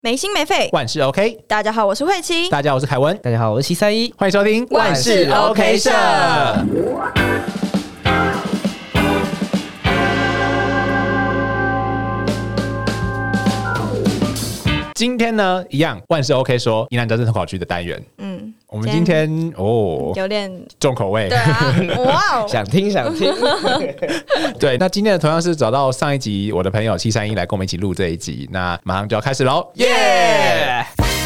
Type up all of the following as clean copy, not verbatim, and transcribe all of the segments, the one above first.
没心没肺， 万事 OK。 大家好，我是慧琪。 大家好，我是凯文。 大家好，我是731， 欢迎收听万事 OK 社。 今天呢，一样万事 OK 说疑难杂症投稿区的单元。我们今天有点重口味。 对啊，哇哦， 想听。 对，那今天同样是找到上一集我的朋友731来跟我们一起录这一集，那马上就要开始喽，耶！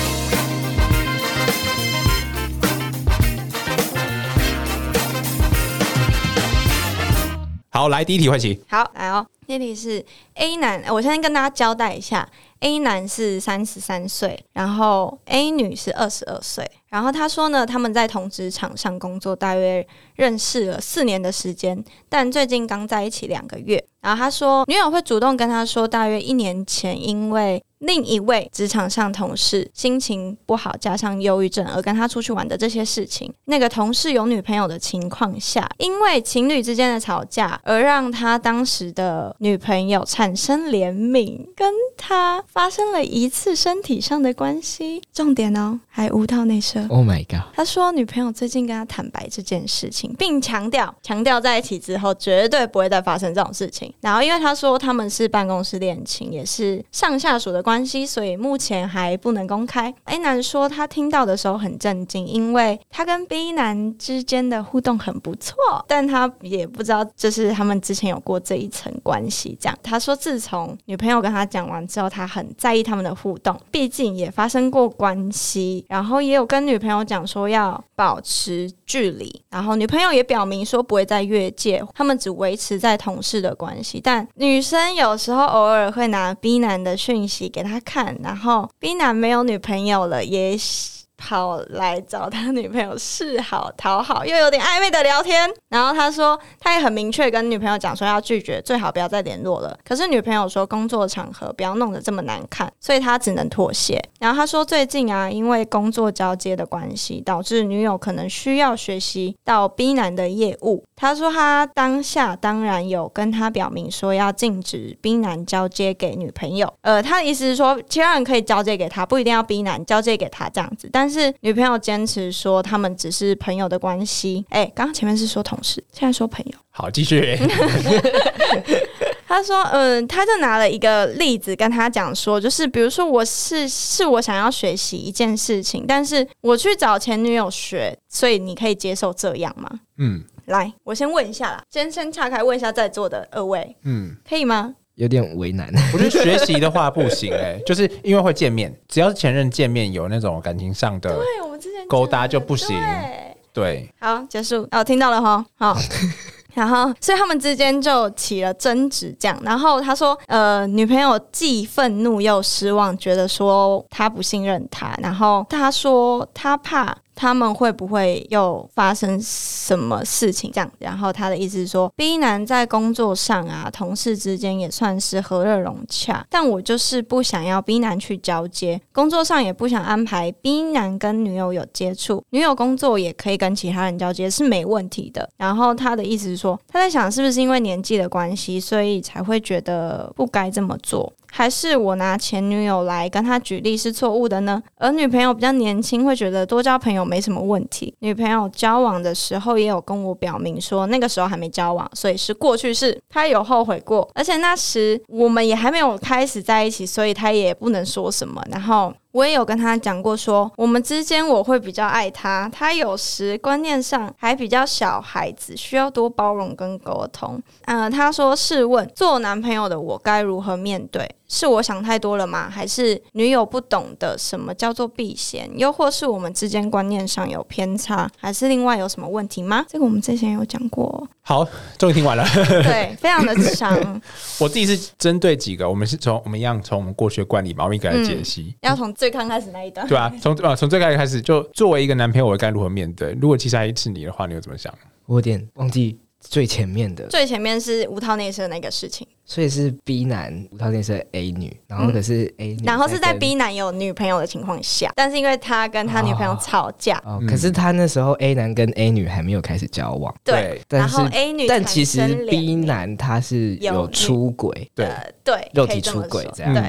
好，来第一题，慧琪。 好，来哦，这题是 A 男，我先跟大家交代一下。A 男是33岁，然后 A 女是22岁。然后他说呢，他们在同职场上工作，大约认识了4年的时间，但最近刚在一起2个月。然后他说，女友会主动跟他说，大约1年前因为另一位职场上同事心情不好，加上忧郁症而跟他出去玩的这些事情。那个同事有女朋友的情况下，因为情侣之间的吵架而让他当时的女朋友产生怜悯，跟他发生了一次身体上的关系。重点哦，还无套内射。 Oh my god！ 他说女朋友最近跟他坦白这件事情，并强调在一起之后绝对不会再发生这种事情。然后因为他说他们是办公室恋情，也是上下属的关系，所以目前还不能公开。A 男说他听到的时候很震惊，因为他跟 B 男之间的互动很不错，但他也不知道就是他们之前有过这一层关系。这样他说自从女朋友跟他讲完之后，他很在意他们的互动，毕竟也发生过关系，然后也有跟女朋友讲说要保持距离，然后女朋友也表明说不会再越界，他们只维持在同事的关系。但女生有时候偶尔会拿 B 男的讯息给他看，然后 B 男没有女朋友了，也跑来找他女朋友示好讨好，又有点暧昧的聊天。然后他说他也很明确跟女朋友讲说要拒绝，最好不要再联络了。可是女朋友说工作场合不要弄得这么难看，所以他只能妥协。然后他说最近啊，因为工作交接的关系，导致女友可能需要学习到 B 男的业务。他说他当下当然有跟他表明说要禁止 B 男交接给女朋友，他的意思是说其他人可以交接给他，不一定要 B 男交接给他这样子。但是女朋友坚持说他们只是朋友的关系。刚刚前面是说同事，现在说朋友。 好，继续。 他说他就拿了一个例子跟他讲说，就是比如说我是我想要学习一件事情，但是我去找前女友学，所以你可以接受这样吗？来，我先问一下啦，先岔开问一下在座的2位，可以吗？ 有点为难。 我觉得学习的话不行就是因为会见面，只要是前任见面有那种感情上的对，我们之前勾搭就不行。对， 好，结束。听到了齁，好。然后，所以他们之间就起了争执，这样。然后他说，女朋友既愤怒又失望，觉得说他不信任他。然后他说他怕他们会不会又发生什么事情这样。然后他的意思是说 B 男在工作上啊，同事之间也算是和乐融洽，但我就是不想要 B 男去交接，工作上也不想安排 B 男跟女友有接触，女友工作也可以跟其他人交接是没问题的。然后他的意思是说，他在想是不是因为年纪的关系，所以才会觉得不该这么做，还是我拿前女友来跟他举例是错误的呢？而女朋友比较年轻，会觉得多交朋友没什么问题。女朋友交往的时候也有跟我表明说，那个时候还没交往，所以是过去式，他有后悔过，而且那时我们也还没有开始在一起，所以他也不能说什么。然后我也有跟他讲过说，我们之间我会比较爱他，他有时观念上还比较小孩子，需要多包容跟沟通。他说试问做男朋友的我该如何面对？是我想太多了吗？还是女友不懂得什么叫做避嫌？又或是我们之间观念上有偏差？还是另外有什么问题吗？这个我们之前有讲过。 好，终于听完了。 对，非常的长。 我自己是针对几个，我们一样从我们过去的惯例嘛，我们一个来解析。 要从最刚开始那一段。 对啊，从最开始就作为一个男朋友，我该如何面对？如果其实还是你的话，你会怎么想？ 我有点忘记最前面的， 最前面是无套内射那个事情， 所以是 B 男无套内射 A 女，然后可是 A 女， 然后是在 B 男有女朋友的情况下，但是因为他跟他女朋友吵架， 可是他那时候 A 男跟 A 女还没有开始交往， 对，然后 A 女， 但其实 B 男他是有出轨， 对， 肉体出轨这样， 对。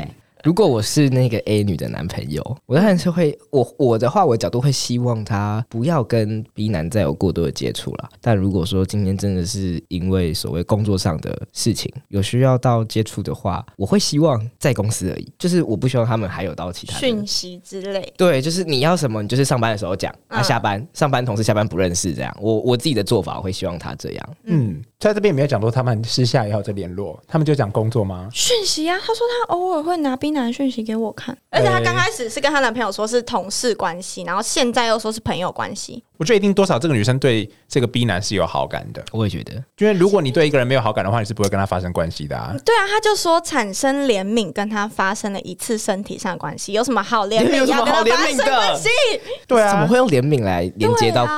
如果我是那个 A 女的男朋友，我当然是会，我的话，我的角度会希望他不要跟 B 男再有过多的接触啦。但如果说今天真的是因为所谓工作上的事情有需要到接触的话，我会希望在公司而已，就是我不希望他们还有到其他的讯息之类。 对，就是你要什么，你就是上班的时候讲，下班上班同事下班不认识这样。我自己的做法，我会希望他这样。 在这边没有讲说他们私下也要在联络，他们就讲工作吗？ 讯息啊，他说他偶尔会拿 B 男的讯息给我看，而且他刚开始是跟她男朋友说是同事关系，然后现在又说是朋友关系。 我觉得一定多少这个女生对这个 B 男是有好感的。 我也觉得， 因为如果你对一个人没有好感的话，你是不会跟他发生关系的啊。 对啊，他就说产生怜悯跟他发生了一次身体上的关系，有什么好怜悯？ 有什么好怜悯的？ 要跟他发生关系？ 对啊， 怎么会用怜悯来连接到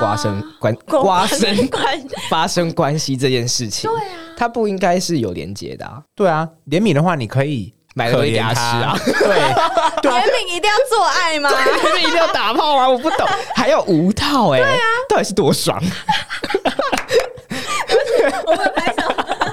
发生关系这件事情？ 对啊， 它不应该是有连接的啊。 对啊，怜悯的话，你可以买东西给他吃啊。 对， 怜悯一定要做爱吗？ 怜悯一定要打炮吗？我不懂，还要无套对啊，到底是多爽？ 我们拍手。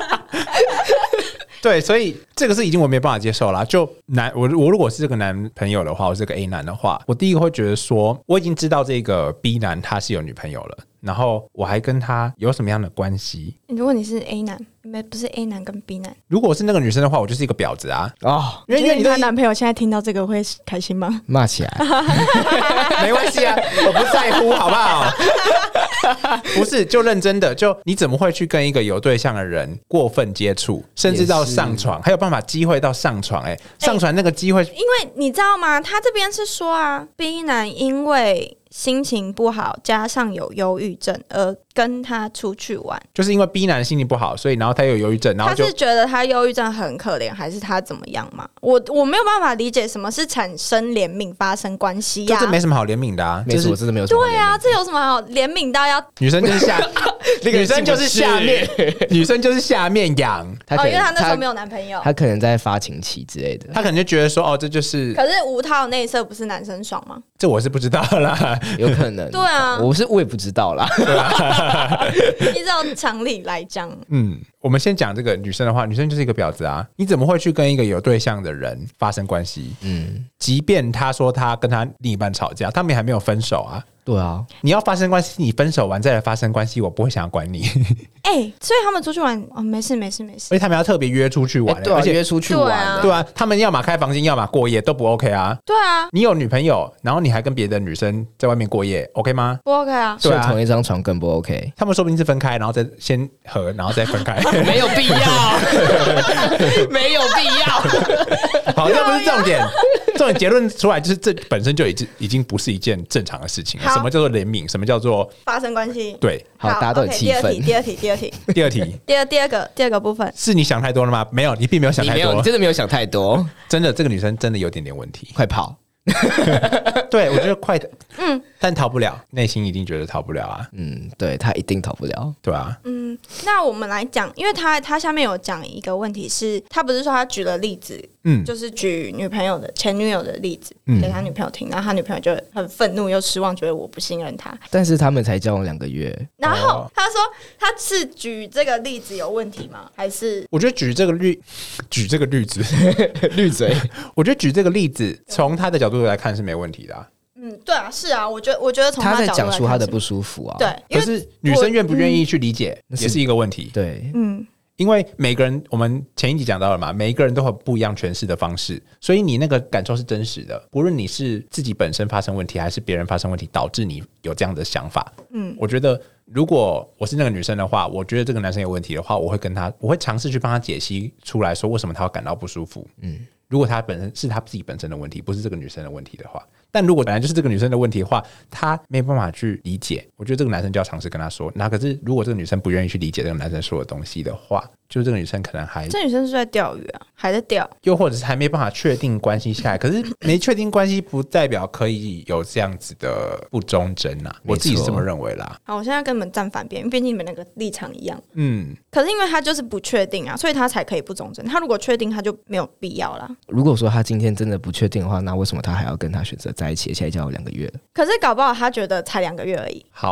对，所以这个是已经我没办法接受啦。就我如果是这个男朋友的话，我是个 A 男的话，我第一个会觉得说，我已经知道这个 B 男他是有女朋友了，然后我还跟他有什么样的关系？ 如果你是 A 男，不是 A 男跟 B 男， 如果我是那个女生的话，我就是一个婊子啊！ 哦， 因为你的男朋友现在听到这个会开心吗？ 骂起来， 没关系啊，我不在乎，好不好？不是，就认真的，就你怎么会去跟一个有对象的人过分接触，甚至到上床，还有办法机会到上床？上床那个机会， 因为你知道吗？他这边是说啊 ，B 男因为心情不好，加上有忧郁症，而跟他出去玩， 就是因为 B 男心情不好，所以然后他有忧郁症，然后他是觉得他忧郁症很可怜，还是他怎么样吗？我没有办法理解什么是产生怜悯发生关系呀、 这没什么好怜悯的啊， 没错，我真的没有什么好怜悯。 对啊，这有什么好怜悯到要？ 女生就是下，女生就是下面，女生就是下面痒。 他可能因为他那时候没有男朋友， 他可能在发情期之类的， 他可能就觉得说，哦，这就是。 可是无套内射不是男生爽吗？ 这我是不知道啦， 有可能。 对啊， 我也不知道啦。 依照常理来讲， 我们先讲这个女生的话，女生就是一个婊子啊！你怎么会去跟一个有对象的人发生关系？即便他说他跟他另一半吵架，他们还没有分手啊。 对啊， 你要发生关系，你分手完再来发生关系，我不会想要管你。 所以他们出去玩哦，没事。 而且他们要特别约出去玩， 对啊， 而且约出去玩， 对啊，他们要么开房间，要么过夜都不 OK 啊。 对啊， 你有女朋友，然后你还跟别的女生在外面过夜 ，OK 吗？ 不 OK 啊， 睡同一张床更不 OK。 他们说不定是分开，然后再先合，然后再分开， 没有必要，没有必要。 好，这不是重点。重点结论出来就是这本身就已经不是一件正常的事情了。什么叫做怜悯？什么叫做发生关系？ 对， 好，大家都很气愤。 第二题，第二个部分是你想太多了吗？没有，你并没有想太多， 你真的没有想太多。 真的，这个女生真的有点问题， 快跑！ 对，我觉得快的，但逃不了，内心一定觉得逃不了啊。 对，他一定逃不了， 对啊。 那我们来讲，因为他下面有讲一个问题是，他不是说他举了例子，就是举前女友的例子给他女朋友听，然后他女朋友就很愤怒又失望，觉得我不信任他。 但是他们才交往2个月， 然后他说他是举这个例子有问题吗？还是我觉得举这个例子绿嘴， 我觉得举这个例子从他的角度来看是没问题的啊。 对啊，是啊，我觉得从他在角度来看讲出他的不舒服啊。 对， 可是女生愿不愿意去理解也是一个问题。 对， 因为每个人，我们前一集讲到了嘛，每一个人都有不一样诠释的方式，所以你那个感受是真实的，不论你是自己本身发生问题，还是别人发生问题导致你有这样的想法。我觉得如果我是那个女生的话，我觉得这个男生有问题的话，我会尝试去帮他解析出来说为什么他会感到不舒服。如果他本身是他自己本身的问题，不是这个女生的问题的话，但如果本来就是这个女生的问题的话，他没办法去理解，我觉得这个男生就要尝试跟他说。那可是如果这个女生不愿意去理解这个男生说的东西的话，就是这个女生可能这女生是在钓鱼啊，还在钓， 又或者是还没办法确定关系下来。可是没确定关系不代表可以有这样子的不忠贞啊，我自己是这么认为啦。 好，我现在跟你们站反边，因为毕竟你们那个立场一样。可是因为他就是不确定啊，所以他才可以不忠贞。他如果确定，他就没有必要啦。 如果说他今天真的不确定的话，那为什么他还要跟他选择在一起？现在交往2个月了， 可是搞不好他觉得才2个月而已。 好，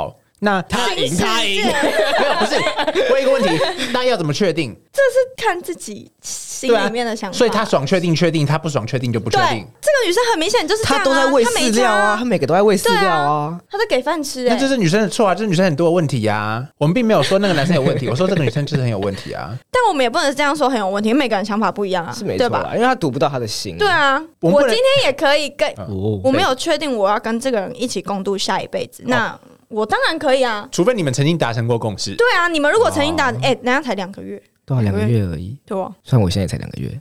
那他赢， 没有，不是。我有一个问题，那要怎么确定？ 这是看自己心里面的想法。 所以他爽确定确定，他不爽确定就不确定。 这个女生很明显就是这样啊， 他都在喂饲料啊，他每个都在喂饲料啊， 他在给饭吃。 那这是女生的错啊，这是女生很多的问题啊。我们并没有说那个男生有问题，我说这个女生就是很有问题啊。 但我们也不能这样说很有问题，每个人想法不一样啊， 是没错吧？因为他读不到他的心。 对啊，我今天也可以跟，我没有确定我要跟这个人一起共度下一辈子，那我当然可以啊， 除非你们曾经达成过共识。 对啊，你们如果曾经人家才2个月， 对啊，2个月而已， 对吧？ 虽然我现在才2个月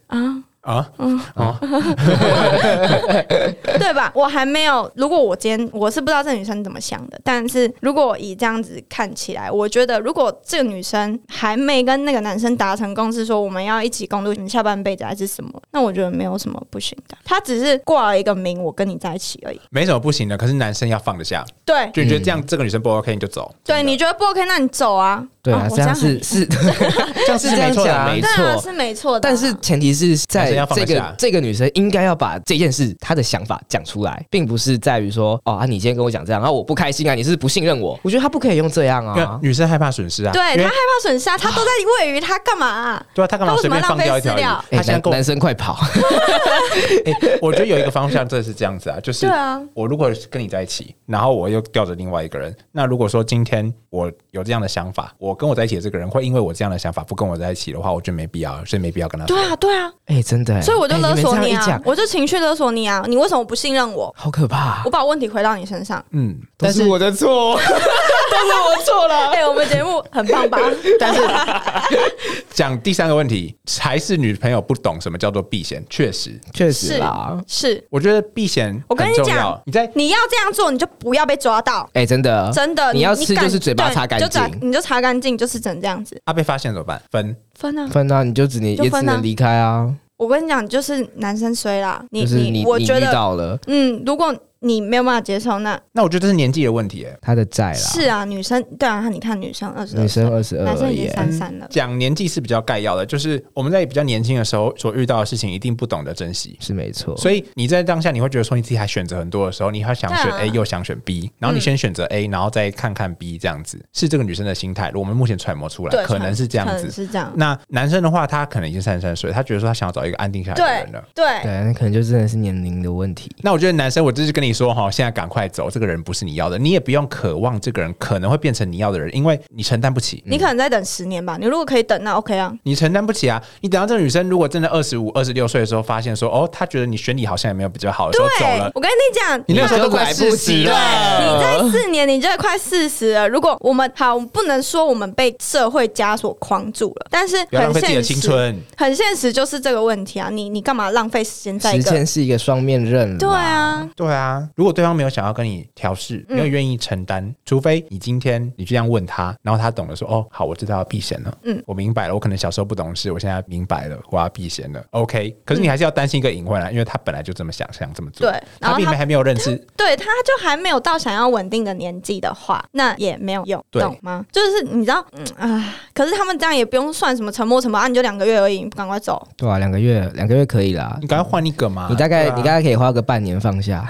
对吧？我还没有。如果我今天我是不知道这女生怎么想的，但是如果以这样子看起来，我觉得如果这个女生还没跟那个男生达成共识，说我们要一起共度下半辈子还是什么，那我觉得没有什么不行的。他只是挂了一个名，我跟你在一起而已， 没什么不行的。可是男生要放得下， 对， 就你觉得这样这个女生不 OK 你就走。 对，你觉得不 OK， 那你走啊。 对啊，这样是这样是没错的， 没错，是没错的。 但是前提是在这个女生应该要把这件事她的想法讲出来，并不是在于说你今天跟我讲这样，然后我不开心啊，你是不信任我。我觉得她不可以用这样啊。 女生害怕损失啊， 对，她害怕损失啊，她都在喂鱼，她干嘛啊？ 对啊，她干嘛随便放掉一条鱼？她现在男生快跑！ 我觉得有一个方向，这是这样子啊，就是我如果跟你在一起，然后我又吊着另外一个人，那如果说今天我有这样的想法，我跟我在一起的这个人会因为我这样的想法不跟我在一起的话，我觉得没必要，所以没必要跟他说。 对啊， 真的， 所以我就勒索你啊，我就情绪勒索你啊，你为什么不信任我？ 好可怕！ 我把问题回到你身上， 但是我的错，都是我错了。 我们节目很棒吧？ 但是讲第3个问题，还是女朋友不懂什么叫做避嫌，确实啦， 是。 我觉得避嫌， 我跟你讲，你要这样做，你就不要被抓到。 真的， 你要吃就是嘴巴擦干净， 你就擦干净，就是整这样子。 被发现怎么办？ 分啊， 你就也只能离开啊。 我跟你讲，就是男生衰啦， 我觉得遇到了， 如果你没有办法接受，那我觉得这是年纪的问题， 他的债啦。 是啊，女生对啊，你看女生22， 女生22， 男生已经33了。 讲年纪是比较概要的，就是我们在比较年轻的时候所遇到的事情，一定不懂得珍惜， 是没错。 所以你在当下，你会觉得说你自己还选择很多的时候，你还想选 A 又想选 B， 然后你先选择 A， 然后再看看 B， 这样子是这个女生的心态。我们目前揣摩出来，可能是这样子， 是这样。 那男生的话，他可能已经33岁，他觉得说他想要找一个安定下来的人了。 对， 那可能就真的是年龄的问题。 那我觉得男生，我就是跟你说现在赶快走，这个人不是你要的，你也不用渴望这个人可能会变成你要的人，因为你承担不起。 你可能再等10年吧，你如果可以等，那 OK 啊。 你承担不起啊！你等到这个女生如果真的25、26岁的时候，发现说她觉得你选你好像也没有比较好的时候走了， 我跟你讲， 你那时候都快40了。 你在4年，你就快40了。如果我们不能说我们被社会枷锁框住了，但是不要浪费自己的青春， 很现实就是这个问题啊！你干嘛浪费时间在一个？ 时间是一个双面刃。 对啊。 如果对方没有想要跟你调试，没有愿意承担，除非你今天你这样问他，然后他懂得说好，我知道要避嫌了，我明白了，我可能小时候不懂事，我现在明白了，我要避嫌了 ，OK。可是你还是要担心一个隐患啦，因为他本来就这么想这么做， 对， 他并还没有认识， 对，他就还没有到想要稳定的年纪的话，那也没有用，懂吗？就是你知道，可是他们这样也不用算什么沉没啊，你就2个月而已，你赶快走。 对啊，2个月可以啦， 你赶快换一个嘛， 你大概可以花个半年放下。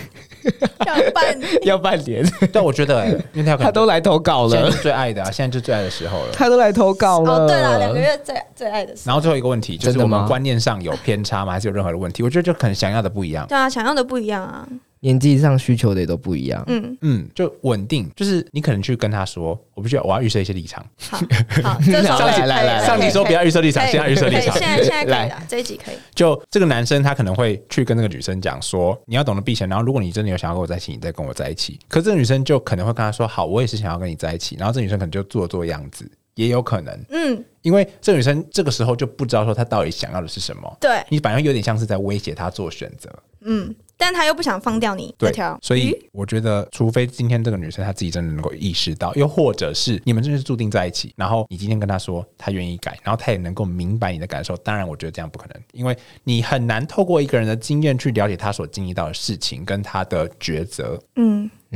要半年， 但我觉得，因为他都来投稿了， 现在是最爱的现在就最爱的时候了。 他都来投稿了， 对了，2个月最爱的时候。 然后最后一个问题就是我们观念上有偏差吗？还是有任何的问题？我觉得就可能想要的不一样。 对啊，想要的不一样啊。 年纪上需求的也都不一样， 就稳定，就是你可能去跟他说，我必须我要预设一些立场。 好，上集说不要预设立场，现在预设立场， 现在可以了，这一集可以。 就这个男生他可能会去跟那个女生讲说，你要懂得避嫌，然后如果你真的有想要跟我在一起，你再跟我在一起。可是这个女生就可能会跟他说，好，我也是想要跟你在一起，然后这女生可能就做样子。也有可能，因为这个女生这个时候就不知道说她到底想要的是什么， 对， 你反而有点像是在威胁她做选择， 但她又不想放掉你这条， 所以我觉得，除非今天这个女生她自己真的能够意识到，又或者是你们真的是注定在一起，然后你今天跟她说她愿意改，然后她也能够明白你的感受，当然我觉得这样不可能，因为你很难透过一个人的经验去了解他所经历到的事情跟他的抉择，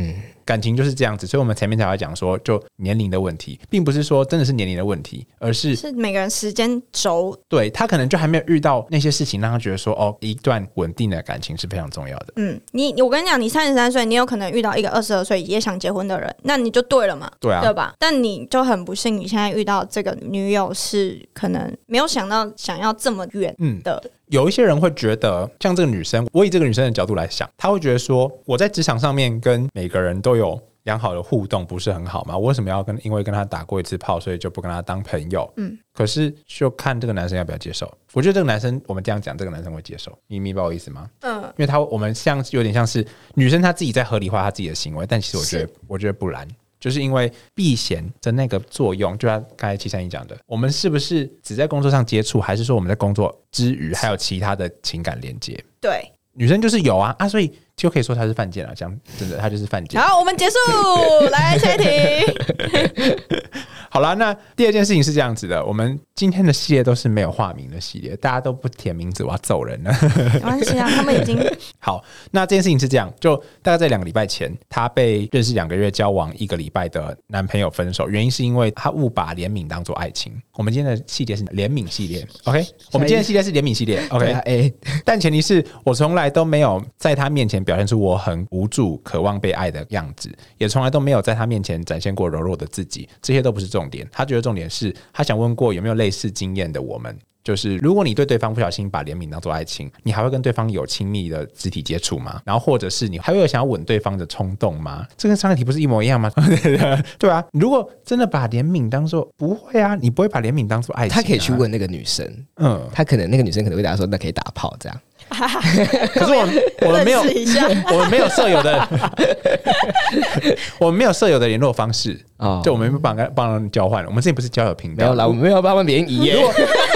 感情就是这样子，所以我们前面才会讲说就年龄的问题，并不是说真的是年龄的问题，而是每个人时间轴， 对，他可能就还没有遇到那些事情让他觉得说哦，一段稳定的感情是非常重要的。 我跟你讲，你33岁你有可能遇到一个22岁也想结婚的人，那你就对了嘛， 对啊， 对吧？但你就很不幸，你现在遇到这个女友是可能没有想到想要这么远的。 有一些人会觉得，像这个女生，我以这个女生的角度来想，她会觉得说，我在职场上面跟每个人都有良好的互动，不是很好吗？我为什么要因为跟他打过一次炮，所以就不跟他当朋友？可是就看这个男生要不要接受。我觉得这个男生，我们这样讲，这个男生会接受，你明白我意思吗？因为我们有点像是女生她自己在合理化她自己的行为，但其实我觉得不然。就是因为避嫌的那个作用，就像刚才731讲的，我们是不是只在工作上接触，还是说我们在工作之余还有其他的情感连接？ 对， 女生就是有啊，所以就可以说她是犯贱了。讲真的，她就是犯贱。 好，我们结束，来下一题。 好啦，那第二件事情是这样子的，我们今天的系列都是没有化名的系列，大家都不填名字，我要走人了。 没关系啊，他们已经好。那这件事情是这样，就大概在2个礼拜前，她被认识2个月、交往1个礼拜的男朋友分手，原因是因为她误把怜悯当作爱情。我们今天的系列是怜悯系列 ，OK？ 我们今天的系列是怜悯系列 ，OK？ 但前提是我从来都没有在她面前表现出我很无助、渴望被爱的样子，也从来都没有在她面前展现过柔弱的自己，这些都不是重点。他觉得重点是他想问过有没有类似经验的我们，就是如果你对对方不小心把怜悯当作爱情，你还会跟对方有亲密的肢体接触吗？然后或者是你还会有想要吻对方的冲动吗？这跟上个题不是一模一样吗？对啊，如果真的把怜悯当作，不会啊，你不会把怜悯当作爱情，他可以去问那个女生，他可能那个女生可能会跟他说那可以打炮这样。 可是我们没有我们没有舍友的我们没有舍友的联络方式，就我们没帮人交换。我们之前不是交友频道， 没有啦，我们没有帮别人移耶。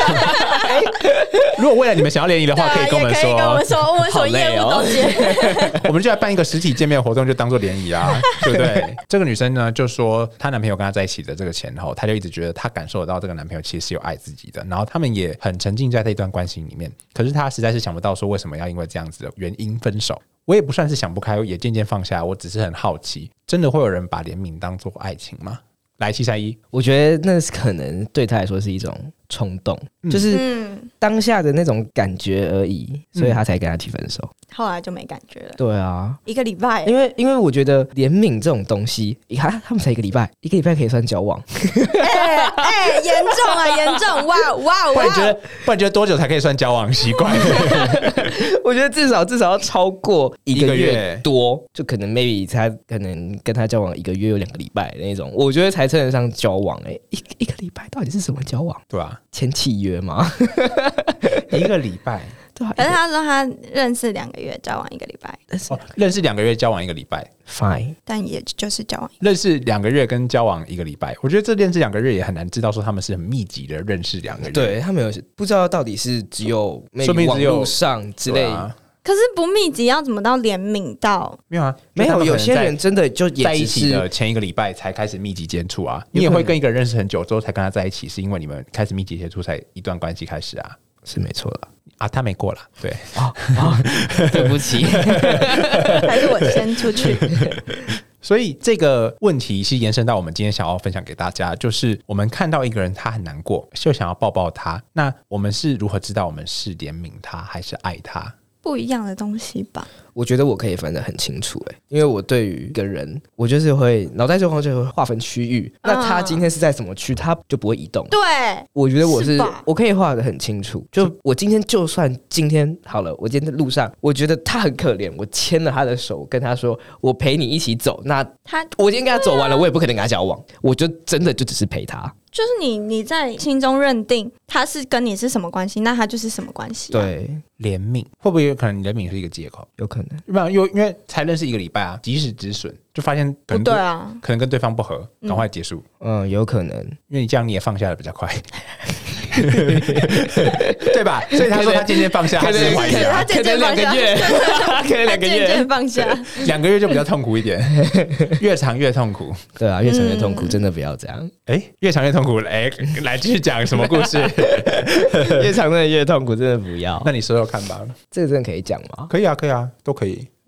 如果未来你们想要联谊的话，可以跟我们说， 我们说业务东西， 我们就来办一个实体见面活动，就当做联谊啦，对不对？这个女生呢，就说她男朋友跟她在一起的这个前后，她就一直觉得她感受得到这个男朋友其实是有爱自己的，然后他们也很沉浸在这段关系里面。可是她实在是想不到说为什么要因为这样子的原因分手。我也不算是想不开，也渐渐放下，我只是很好奇，真的会有人把怜悯当作爱情吗？来731， 我觉得那是可能对他来说是一种冲动，就是当下的那种感觉而已，所以他才跟他提分手。 后来就没感觉了。 对啊 ，1个礼拜， 因为我觉得怜悯这种东西，你看他们才1个礼拜，1个礼拜可以算交往。 严重啊，严重！哇！ 不然觉得多久才可以算交往习惯？ 我觉得至少要超过1个月多，就可能 maybe 他可能跟他交往1个月有2个礼拜那种，我觉得才称得上交往。一个礼拜到底是什么交往？ 对啊， 签契约吗 ？1个礼拜。 可是他说他认识2个月，交往1个礼拜。 认识2个月，交往1个礼拜 ，fine。 但也就是交往认识2个月跟交往1个礼拜，我觉得这认识2个月也很难知道说他们是很密集的认识2个月。 对，他们有不知道到底是只有网络上之类。 可是不密集要怎么到怜悯到？ 没有啊， 没有，有些人真的就也在一起的前1个礼拜才开始密集接触啊。你也会跟一个人认识很久之后才跟他在一起，是因为你们开始密集接触才一段关系开始啊。 是没错啦。 啊，他没过啦，对。 对不起， 还是我先出去。 所以这个问题是延伸到我们今天想要分享给大家，就是我们看到一个人他很难过，就想要抱抱他，那我们是如何知道我们是怜悯他还是爱他？ 不一样的东西吧。 我觉得我可以分得很清楚，因为我对于一个人，我就是会脑袋中就会划分区域，那他今天是在什么区，他就不会移动。 对， 我觉得我可以画得很清楚，就我今天就算今天好了，我今天在路上，我觉得他很可怜，我牵了他的手，跟他说我陪你一起走，那我今天跟他走完了，我也不可能跟他交往，我就真的就只是陪他。 就是你在心中认定他是跟你是什么关系，那他就是什么关系。 对， 怜悯会不会有可能怜悯是一个借口？ 有可能， 因为才认识1个礼拜啊，及时止损，就发现可能对啊， 可能跟对方不合，赶快结束。 有可能， 因为你这样你也放下的比较快。对吧？所以他说他渐渐放下，他是怀疑啊， 可能2个月， 可能2个月渐渐放下 ，2个月就比较痛苦一点，越长越痛苦。 对啊，越长越痛苦，真的不要这样。 越长越痛苦，来继续讲什么故事？ 越长的越痛苦，真的不要。 那你说说看吧。 这个真的可以讲吗？ 可以啊，可以啊，都可以。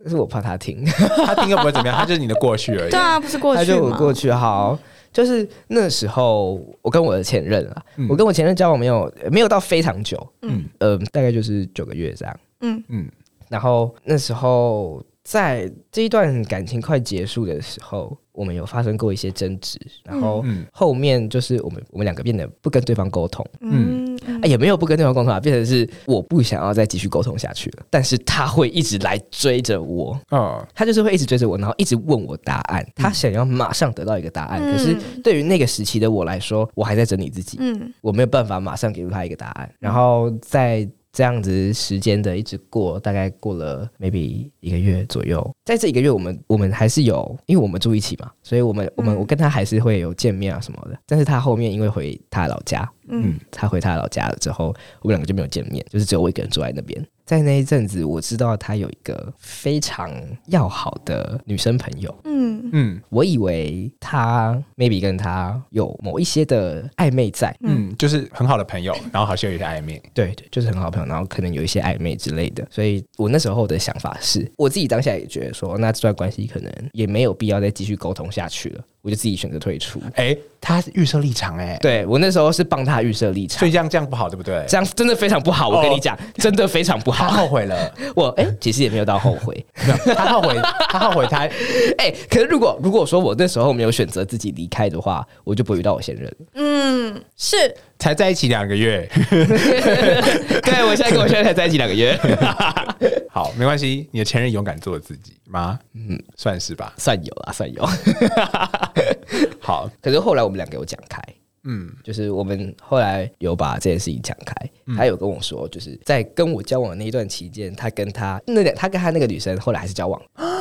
但是我怕他听， 他听又不会怎么样，他就是你的过去而已。 对啊，不是过他去吗？ 就我过去好。就是那时候，我跟我的前任啊，我跟我前任交往没有到非常久，大概就是9个月这样，然后那时候在这一段感情快结束的时候，我们有发生过一些争执，然后后面就是我们两个变得不跟对方沟通，也没有不跟对方沟通啊，变成是我不想要再继续沟通下去了，但是他会一直来追着我，他就是会一直追着我，然后一直问我答案，他想要马上得到一个答案，可是对于那个时期的我来说，我还在整理自己，我没有办法马上给出他一个答案，然后在这样子时间的一直过，大概过了 maybe 1个月左右。在这1个月，我们还是有，因为我们住一起嘛，所以我跟他还是会有见面啊什么的。但是他后面因为回他的老家，他回他的老家了之后，我们两个就没有见面，就是只有我一个人住在那边。在那一阵子，我知道他有一个非常要好的女生朋友，我以为他 maybe 跟他有某一些的暧昧在， 就是很好的朋友，然后好像有一些暧昧， 对，就是很好的朋友，然后可能有一些暧昧之类的，所以我那时候的想法是，我自己当下也觉得说，那这段关系可能也没有必要再继续沟通下去了，我就自己选择退出。 他是预设立场对，我那时候是帮他预设立场， 所以这样不好，对不对？ 这样真的非常不好，我跟你讲，真的非常不好。 他后悔了， 其实也没有到后悔， 他后悔他， 可是如果说我那时候没有选择自己离开的话，我就不会遇到我现任。 是才在一起2个月， 对，我现在跟我现在才在一起2个月。 好，没关系，你的前任勇敢做自己吗？算是吧， 算有啦，算有。 好， 可是后来我们两个有讲开，就是我们后来有把这件事情讲开，他有跟我说，就是在跟我交往的那一段期间，他跟他那个女生后来还是交往。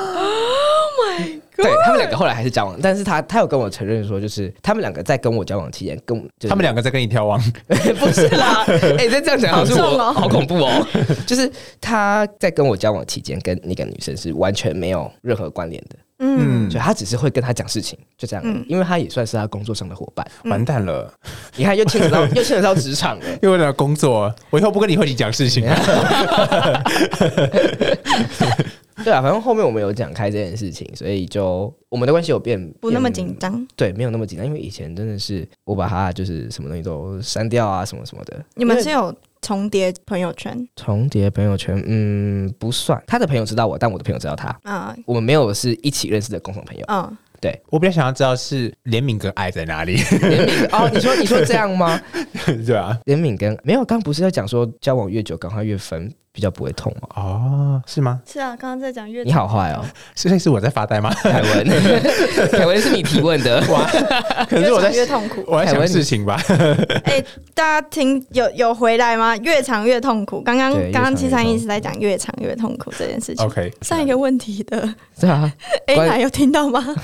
对，他们两个后来还是交往，但是他有跟我承认说，就是他们两个在跟我交往期间， 他们两个在跟你跳网， 不是啦，再这样讲好像是我，好恐怖哦。就是他在跟我交往期间，跟那个女生是完全没有任何关联的。所以他只是会跟他讲事情，就这样，因为他也算是他工作上的伙伴。完蛋了， 你看又牵扯到职场了， 又为了工作，我以后不跟你一起讲事情。 对啊，反正后面我们有讲开这件事情，所以就我们的关系有变不那么紧张。 对，没有那么紧张，因为以前真的是我把他就是什么东西都删掉啊，什么什么的。 你们是有重叠朋友圈？ 重叠朋友圈，不算。他的朋友知道我，但我的朋友知道他。我们没有是一起认识的共同朋友。对， 我比较想要知道是怜悯跟爱在哪里。 怜悯你说这样吗？ 对啊， 怜悯跟没有，刚不是在讲说交往越久，赶快越分，比较不会痛吗？ 是吗？ 是啊，刚刚在讲越你好坏哦， 是我在发呆吗？ 凯文是你提问的，哇， 可是我在越痛苦， 我在想事情吧。 大家听有回来吗？越长越痛苦。刚刚731是在讲越长越痛苦这件事情。 OK， 上一个问题的， 对啊 ，A 有听到吗？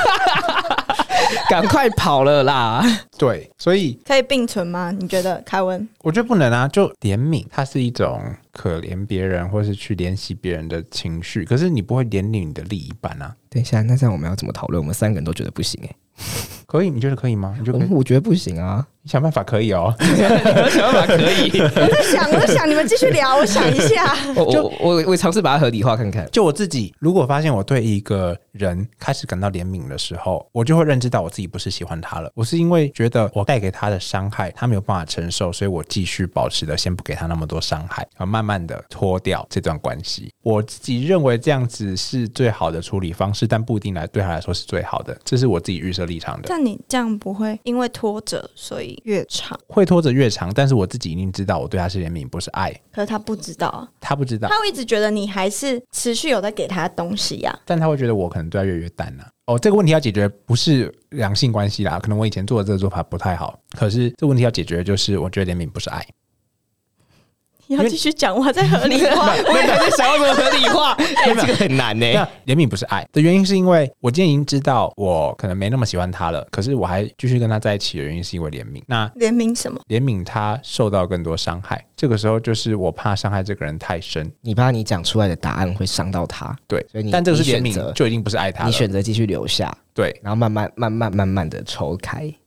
赶快跑了啦！ 对，所以可以并存吗？你觉得，凯文？ 我觉得不能啊。就怜悯，它是一种可怜别人或是去怜惜别人的情绪，可是你不会怜悯你的另一半啊。 等一下，那这样我们要怎么讨论？我们3个人都觉得不行可以？你觉得可以吗？ 我觉得不行啊。 你想办法可以哦。 你要想办法可以。 我在想，你们继续聊，我想一下。 我尝试把它合理化看看。 就我自己，如果发现我对一个人开始感到怜悯的时候，我就会认知到我自己不是喜欢他了。我是因为觉得我带给他的伤害，他没有办法承受，所以我继续保持的先不给他那么多伤害，然后慢慢的脱掉这段关系。我自己认为这样子是最好的处理方式，但不一定对他来说是最好的，这是我自己预设立场的。 但你这样不会因为拖着所以越长？ 会拖着越长，但是我自己一定知道我对他是怜悯，不是爱。 可是他不知道啊， 他不知道， 他会一直觉得你还是持续有在给他东西呀， 但他会觉得我可能对他越来越淡啊。这个问题要解决不是两性关系啦，可能我以前做的这个做法不太好，可是这个问题要解决就是我觉得怜悯不是爱。 你要继续讲，我还在合理化， 我也还在想要怎么合理化。这个很难欸。 怜悯不是爱的原因是因为我今天已经知道我可能没那么喜欢他了，可是我还继续跟他在一起的原因是因为怜悯。那怜悯什么？ 怜悯他受到更多伤害，这个时候就是我怕伤害这个人太深， 你怕你讲出来的答案会伤到他。 对， 所以但这个是怜悯，就一定不是爱他了。 你选择继续留下， 对， 然后慢慢的抽开。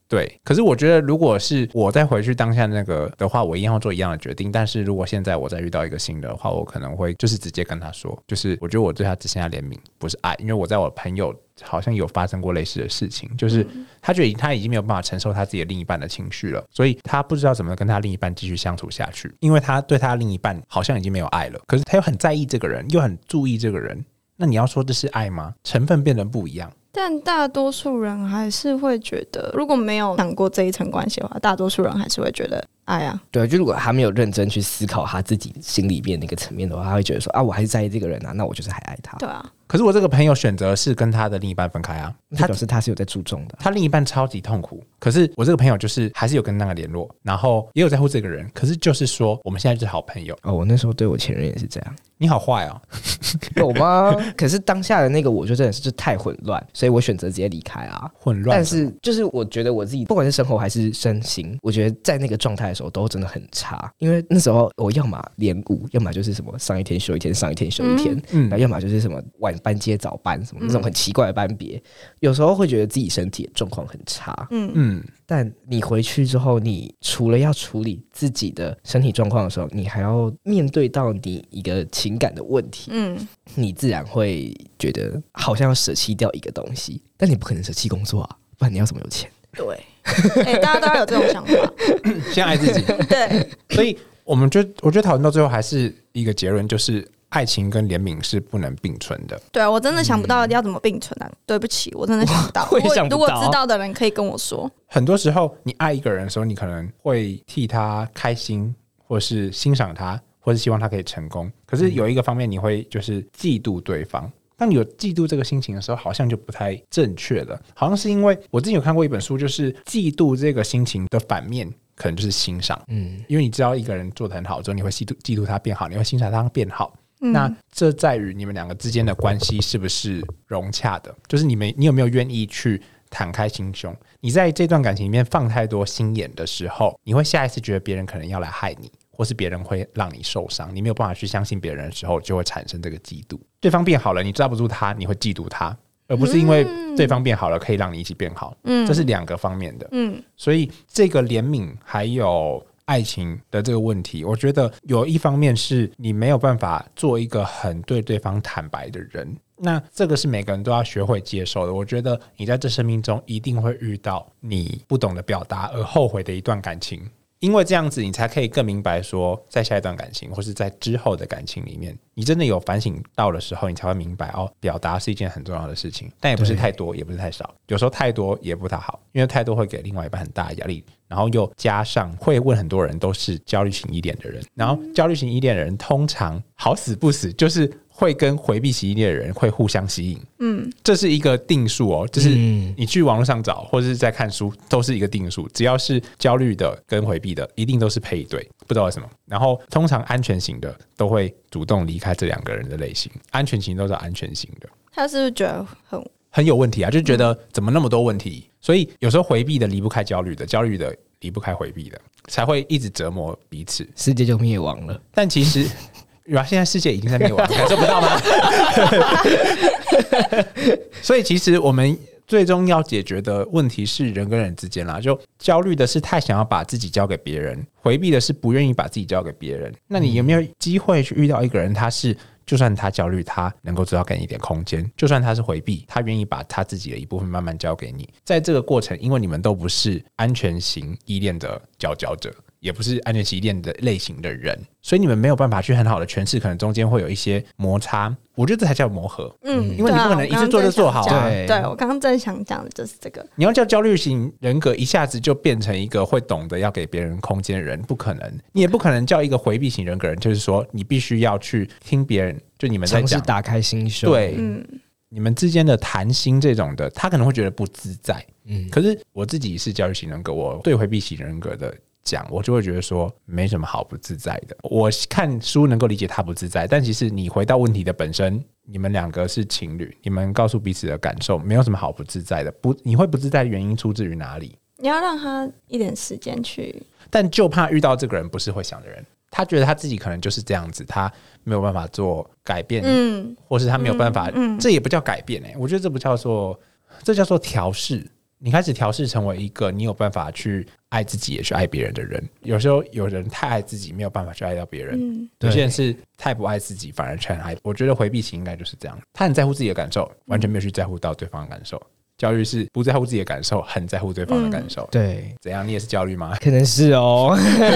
对，可是我觉得如果是我再回去当下那个的话，我一样要做一样的决定。但是如果现在我再遇到一个新的话，我可能会就是直接跟他说，就是我觉得我对他只剩下怜悯，不是爱，因为我在我朋友好像有发生过类似的事情，就是他觉得他已经没有办法承受他自己的另一半的情绪了，所以他不知道怎么跟他另一半继续相处下去，因为他对他另一半好像已经没有爱了，可是他又很在意这个人，又很注意这个人，那你要说这是爱吗？成分变得不一样。 但大多数人还是会觉得，如果没有想过这一层关系的话，大多数人还是会觉得爱啊。 对，就如果他没有认真去思考他自己心里面那个层面的话，他会觉得说啊，我还是在意这个人啊，那我就是还爱他。 对啊， 可是我这个朋友选择是跟他的另一半分开啊， 他表示他是有在注重的。 他另一半超级痛苦，可是我这个朋友就是还是有跟那个联络，然后也有在乎这个人，可是就是说我们现在就是好朋友。 哦，我那时候对我前任也是这样。 你好坏哦。 有吗？可是当下的那个我就真的是太混乱，所以我选择直接离开啊。 混乱， 但是就是我觉得我自己不管是生活还是身心，我觉得在那个状态的时候都真的很差，因为那时候我要么连误，要么就是什么上一天休一天，上一天休一天，然后要么就是什么晚班接早班，什么那种很奇怪的班别，有时候会觉得自己身体的状况很差。但你回去之后，你除了要处理自己的身体状况的时候，你还要面对到你一个情感的问题。你自然会觉得好像要舍弃掉一个东西，但你不可能舍弃工作啊，不然你要怎么有钱？ 对，大家都要有这种想法。 先爱自己。 对， 所以我觉得讨论到最后还是一个结论，就是爱情跟怜悯是不能并存的。 对，我真的想不到要怎么并存啊！对不起，我真的想不到。 我也想不到。 如果知道的人可以跟我说。 很多时候，你爱一个人的时候，你可能会替他开心，或是欣赏他，或是希望他可以成功。可是有一个方面，你会就是嫉妒对方。当你有嫉妒这个心情的时候，好像就不太正确了。好像是因为我之前有看过一本书，就是嫉妒这个心情的反面可能就是欣赏。因为你知道一个人做得很好之后，你会嫉妒他变好，你会欣赏他变好。那这在于你们两个之间的关系是不是融洽的，就是你有没有愿意去敞开心胸。你在这段感情里面放太多心眼的时候，你会下一次觉得别人可能要来害你，或是别人会让你受伤，你没有办法去相信别人的时候，就会产生这个嫉妒。对方变好了，你抓不住他，你会嫉妒他，而不是因为对方变好了可以让你一起变好。这是两个方面的。所以这个怜悯还有爱情的这个问题，我觉得有一方面是你没有办法做一个很对对方坦白的人，那这个是每个人都要学会接受的。我觉得你在这生命中一定会遇到你不懂得表达而后悔的一段感情，因为这样子你才可以更明白说，在下一段感情或是在之后的感情里面，你真的有反省到的时候，你才会明白哦，表达是一件很重要的事情，但也不是太多，也不是太少，有时候太多也不太好，因为太多会给另外一半很大的压力，然后又加上会问很多人都是焦虑型依恋的人，然后焦虑型依恋的人通常好死不死就是会跟回避型依恋的人会互相吸引。这是一个定数哦，就是你去网络上找或者是在看书都是一个定数，只要是焦虑的跟回避的一定都是配一对，不知道为什么。然后通常安全型的都会主动离开这两个人的类型，安全型都是安全型的。 他是不是觉得很有问题啊？就觉得怎么那么多问题，所以有时候回避的离不开焦虑的，焦虑的离不开回避的，才会一直折磨彼此， 世界就灭亡了。 但其实现在世界已经在灭亡，感受不到吗？所以其实我们最终要解决的问题是人跟人之间啦，就焦虑的是太想要把自己交给别人，回避的是不愿意把自己交给别人。那你有没有机会去遇到一个人，他是就算他焦虑，他能够知道给你一点空间，就算他是回避，他愿意把他自己的一部分慢慢交给你。在这个过程，因为你们都不是安全型依恋的佼佼者，也不是安全型依恋的类型的人，所以你们没有办法去很好的诠释，可能中间会有一些摩擦。我觉得这才叫磨合。因为你不可能一次做就做好啊。 对，我刚刚正想讲的就是这个。 你要叫焦虑型人格一下子就变成一个会懂得要给别人空间的人，不可能。你也不可能叫一个回避型人格人，就是说你必须要去听别人，就你们在讲， 尝试打开心胸。 对，你们之间的谈心这种的，他可能会觉得不自在。可是我自己是焦虑型人格，我对回避型人格的讲，我就会觉得说没什么好不自在的。我看书能够理解他不自在，但其实你回到问题的本身，你们两个是情侣，你们告诉彼此的感受，没有什么好不自在的。你会不自在的原因出自于哪里？ 你要让他一点时间去， 但就怕遇到这个人不是会想的人，他觉得他自己可能就是这样子，他没有办法做改变，或是他没有办法，这也不叫改变我觉得这不叫做，这叫做调试。 你开始调试成为一个你有办法去爱自己也去爱别人的人。有时候有人太爱自己没有办法去爱到别人，有些人是太不爱自己反而很爱。我觉得回避型应该就是这样，他很在乎自己的感受，完全没有去在乎到对方的感受。焦虑是不在乎自己的感受，很在乎对方的感受。 对， 怎样？你也是焦虑吗？ 可能是哦。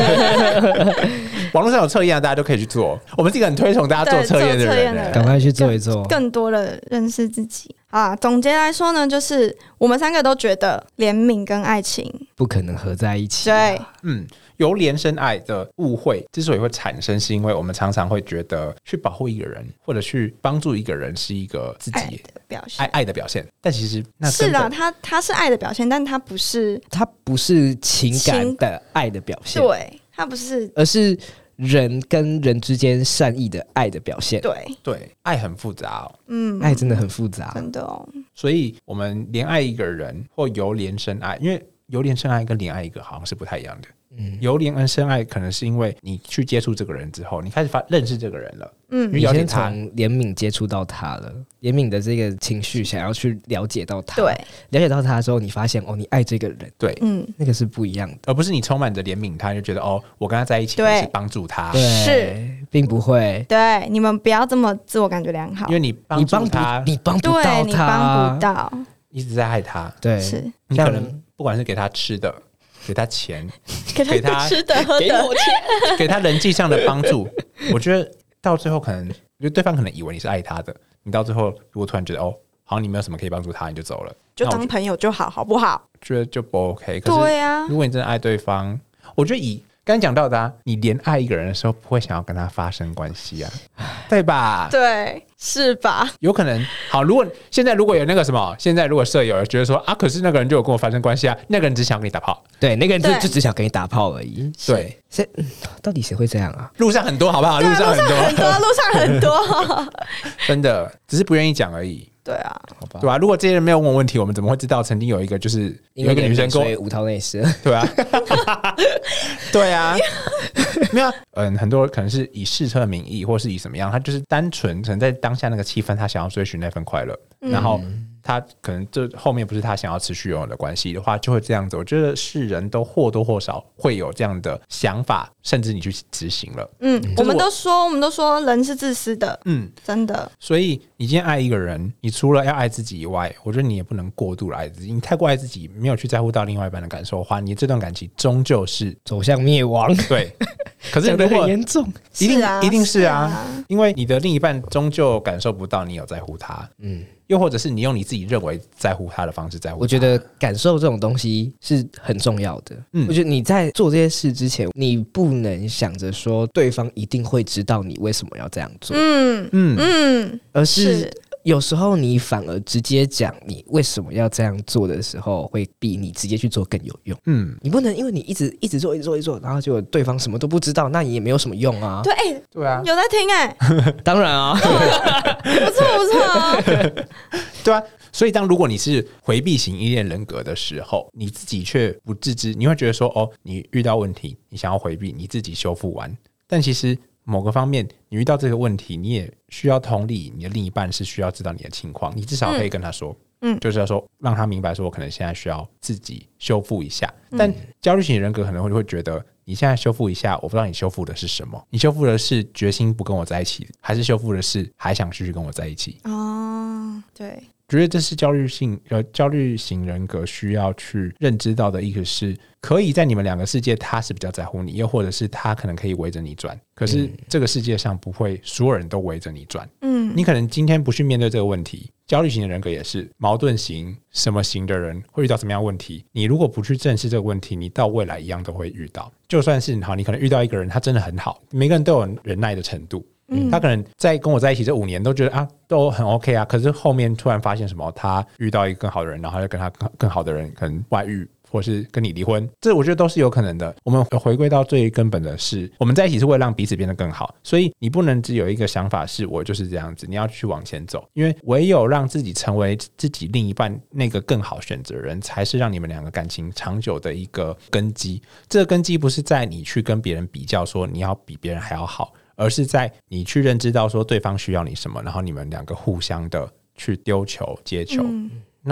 网络上有测验，大家都可以去做。我们是一个很推崇大家做测验的人， 赶快去做一做， 更多的认识自己啊。总结来说呢，就是我们3个都觉得怜悯跟爱情不可能合在一起。 对， 由怜生爱的误会之所以会产生，是因为我们常常会觉得去保护一个人或者去帮助一个人是一个自己爱的表现，但其实那是啦，他是爱的表现，但他不是情感的爱的表现， 对，他不是， 而是人跟人之间善意的爱的表现。 对，爱很复杂爱真的很复杂， 真的哦。 所以我们怜爱一个人或由怜生爱，因为由怜生爱跟怜爱一个好像是不太一样的。由怜而生爱可能是因为你去接触这个人之后，你开始认识这个人了， 你先从怜悯接触到他了，怜悯的这个情绪想要去了解到他，对，了解到他之后，你发现你爱这个人， 对， 那个是不一样的， 而不是你充满着怜悯他，就觉得我跟他在一起是帮助他， 是，并不会， 对，你们不要这么自我感觉良好， 因为你帮助他， 你帮不到他， 你帮不到， 一直在害他， 对， 是你可能不管是给他吃的。给他钱， 给他吃的喝的， 给我钱， 给他人际上的帮助。我觉得到最后可能，就对方可能以为你是爱他的，你到最后如果突然觉得好像你没有什么可以帮助他，你就走了， 就当朋友就好，好不好？ 觉得就不 OK。可是对啊， 如果你真的爱对方，我觉得刚才讲到的你连爱一个人的时候，不会想要跟他发生关系啊，对吧？ 对，是吧？ 有可能。好，现在如果有那个什么，现在如果舍友觉得说可是那个人就有跟我发生关系啊，那个人只想跟你打炮， 对，那个人就只想跟你打炮而已。 对， 到底谁会这样啊？ 路上很多，好不好？路上很多， 真的，只是不愿意讲而已。 对啊， 好吧，对啊，如果这些人没有问我问题，我们怎么会知道曾经有一个就是有一个女生跟我无套内射？ 对啊，对啊，没有很多可能是以试车的名义，或是以什么样，他就是单纯可能在当下那个气氛，他想要追寻那份快乐，然后他可能这后面不是他想要持续拥有的关系的话，就会这样子。我觉得是人都或多或少会有这样的想法，甚至你去执行了。 我们都说人是自私的，真的。 所以你今天爱一个人，你除了要爱自己以外，我觉得你也不能过度的爱自己。你太过爱自己，没有去在乎到另外一半的感受的话，你这段感情终究是走向灭亡。 对，可是如果很严重， 一定是啊，因为你的另一半终究感受不到你有在乎他。又或者是你用你自己认为在乎他的方式在乎他。 我觉得感受这种东西是很重要的。我觉得你在做这些事之前，你不能想着说对方一定会知道你为什么要这样做。而是有时候你反而直接讲你为什么要这样做的时候，会比你直接去做更有用。你不能因为你一直做，然后结果对方什么都不知道，那你也没有什么用啊。 对啊， 有在听当然啊， 不错啊。 对啊，所以如果你是回避型依恋人格的时候，你自己却不自知，你会觉得说你遇到问题，你想要回避，你自己修复完，但其实某个方面你遇到这个问题，你也需要同理，你的另一半是需要知道你的情况，你至少可以跟他说，就是要说让他明白说我可能现在需要自己修复一下。但焦虑型人格可能会觉得你现在修复一下，我不知道你修复的是什么，你修复的是决心不跟我在一起，还是修复的是还想继续跟我在一起。 对， 觉得这是焦虑型人格需要去认知到的一个是，可以在你们两个世界他是比较在乎你，又或者是他可能可以围着你转，可是这个世界上不会所有人都围着你转。你可能今天不去面对这个问题，焦虑型的人格也是矛盾型什么型的人会遇到什么样的问题，你如果不去正视这个问题，你到未来一样都会遇到。就算是好，你可能遇到一个人他真的很好，每个人都有忍耐的程度，他可能在跟我在一起这5年都觉得都很 OK 啊，可是后面突然发现什么，他遇到一个更好的人，然后他就跟他更好的人可能外遇，或是跟你离婚，这我觉得都是有可能的。我们回归到最根本的是，我们在一起是为了让彼此变得更好，所以你不能只有一个想法是我就是这样子，你要去往前走，因为唯有让自己成为自己另一半那个更好选择的人，才是让你们两个感情长久的一个根基。这个根基不是在你去跟别人比较说你要比别人还要好，而是在你去认知到说对方需要你什么，然后你们两个互相的去丢球接球。那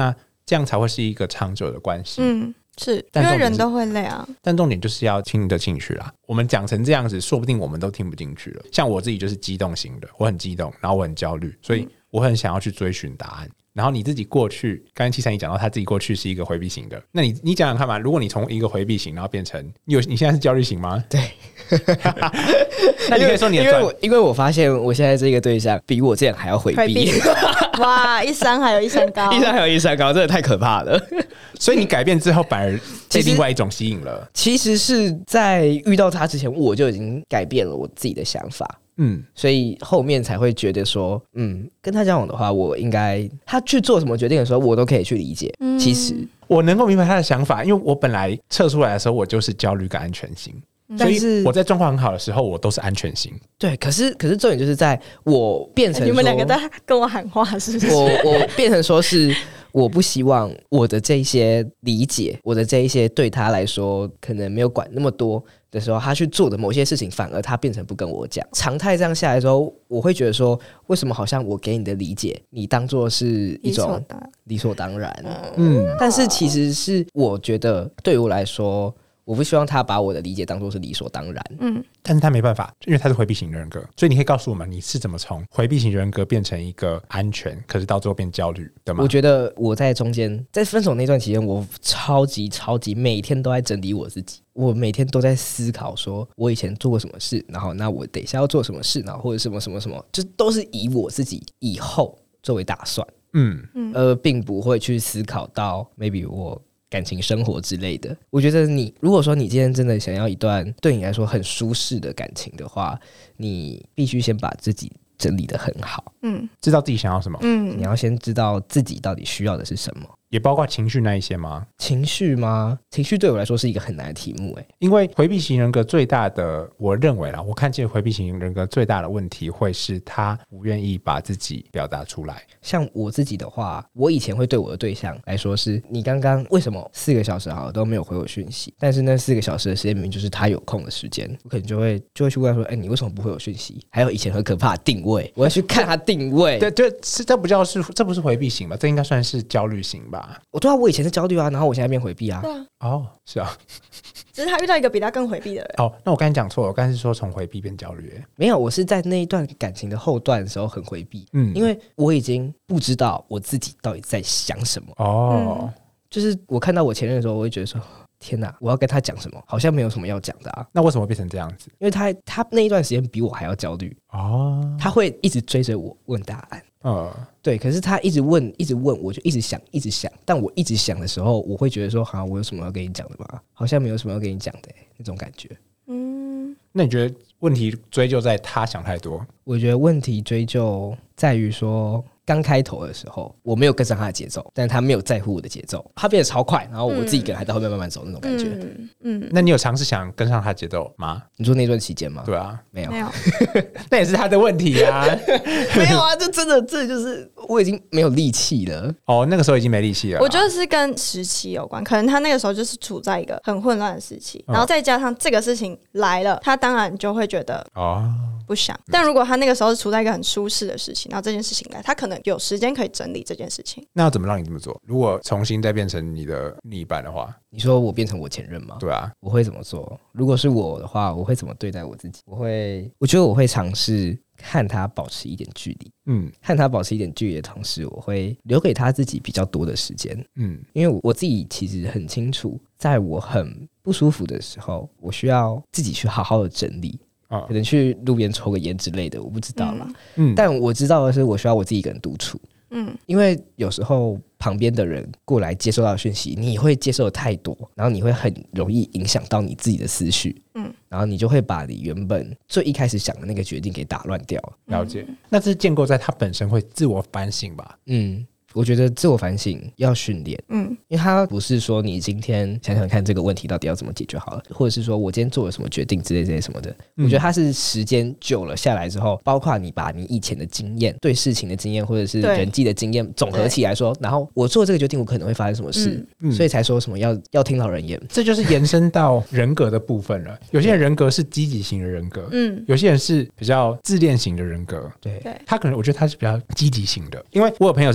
这样才会是一个长久的关系。 是因但重点是为人都会累啊。 但重点就是要听得进去啦。我们讲成这样子，说不定我们都听不进去了。像我自己就是激动型的，我很激动，然后我很焦虑，所以我很想要去追寻答案。然后你自己过去，刚才731讲到他自己过去是一个回避型的，那你讲讲看嘛，如果你从一个回避型，然后变成你现在是焦虑型吗？ 对。 那你可以说你的因为我发现我现在这个对象比我这样还要回避。 哇，一山还有一山高， 一山还有一山高，真的太可怕了。 所以你改变之后，反而被另外一种吸引了。 其实是在遇到他之前，我就已经改变了我自己的想法。所以后面才会觉得说，跟他交往的话，我应该他去做什么决定的时候，我都可以去理解。其实我能够明白他的想法，因为我本来测出来的时候，我就是焦虑跟安全型。所以我在状况很好的时候，我都是安全型。 对，可是重点就是在我变成你们两个在跟我喊话，是不是？ 我变成说是我不希望我的这一些理解，我的这一些对他来说可能没有管那么多的时候，他去做的某些事情，反而他变成不跟我讲。常态这样下来之后，我会觉得说，为什么好像我给你的理解，你当作是一种理所当然？但是其实是我觉得对我来说，我不希望他把我的理解当作是理所当然。 但是他没办法，因为他是回避型人格，所以你可以告诉我们你是怎么从回避型人格变成一个安全，可是到最后变焦虑的吗？ 我觉得我在中间，在分手那段期间，我超级每天都在整理我自己，我每天都在思考说我以前做过什么事，然后那我等一下要做什么事，然后或者什么什么什么，就都是以我自己以后作为打算，并不会去思考到 maybe 我感情生活之类的。我觉得如果说你今天真的想要一段对你来说很舒适的感情的话，你必须先把自己整理得很好， 知道自己想要什么， 你要先知道自己到底需要的是什么。 也包括情绪那一些吗？ 情绪吗？情绪对我来说是一个很难的题目。 因为回避型人格最大的，我认为啦，我看见回避型人格最大的问题会是他不愿意把自己表达出来。 像我自己的话，我以前会对我的对象来说是，你刚刚为什么4个小时好了都没有回我讯息？但是那4个小时的时间明明就是他有空的时间，我可能就会去问他说，你为什么不回我讯息？还有以前很可怕的定位，我要去看他定位。 对，这不是回避型吧？这应该算是焦虑型吧？ 我以前是焦虑啊，然后我现在变回避啊。 对啊， 是啊， 只是他遇到一个比他更回避的人。 那我刚才讲错了，我刚才是说从回避变焦虑。 没有，我是在那一段感情的后段的时候很回避，因为我已经不知道我自己到底在想什么。就是我看到我前任的时候，我会觉得说，天哪，我要跟他讲什么？好像没有什么要讲的啊。 那为什么会变成这样子？ 因为他那一段时间比我还要焦虑。他会一直追着我问答案。对，可是他一直问，我就一直想。但我一直想的时候，我会觉得说，我有什么要跟你讲的吗？好像没有什么要跟你讲的那种感觉。 那你觉得问题追究在他想太多？ 我觉得问题追究在于说，刚开头的时候我没有跟上他的节奏，但是他没有在乎我的节奏，他变得超快，然后我自己跟还在后面慢慢走那种感觉。 那你有尝试想跟上他节奏吗？ 你说那段期间吗？ 对啊， 没有那也是他的问题啊。 没有啊，这就是我已经没有力气了。 那个时候已经没力气了。 我觉得是跟时期有关，可能他那个时候就是处在一个很混乱的时期，然后再加上这个事情来了，他当然就会觉得不想。但如果他那个时候是处在一个很舒适的事情，然后这件事情来，他可能有时间可以整理这件事情。 那要怎么让你这么做？如果重新再变成你的另一半的话， 你说我变成我前任吗？ 对啊， 我会怎么做？如果是我的话，我会怎么对待我自己？我觉得我会尝试和他保持一点距离。和他保持一点距离的同时，我会留给他自己比较多的时间。因为我自己其实很清楚，在我很不舒服的时候，我需要自己去好好的整理。可能去路边抽个烟之类的，我不知道啦。但我知道的是，我需要我自己一个人独处。因为有时候旁边的人过来接收到的讯息，你会接受的太多，然后你会很容易影响到你自己的思绪。然后你就会把你原本最一开始想的那个决定给打乱掉。 了解。那这是建构在他本身会自我反省吧？ 我觉得自我反省要训练，因为他不是说你今天想想看这个问题到底要怎么解决好了，或者是说我今天做了什么决定之类这些什么的。我觉得他是时间久了下来之后，包括你把你以前的经验、对事情的经验，或者是人际的经验总合起来说，然后我做这个决定，我可能会发生什么事，所以才说什么要听老人言。 这就是延伸到人格的部分了。有些人人格是积极型的人格，有些人是比较自恋型的人格。 对， 他可能我觉得他是比较积极型的，因为我有朋友是自恋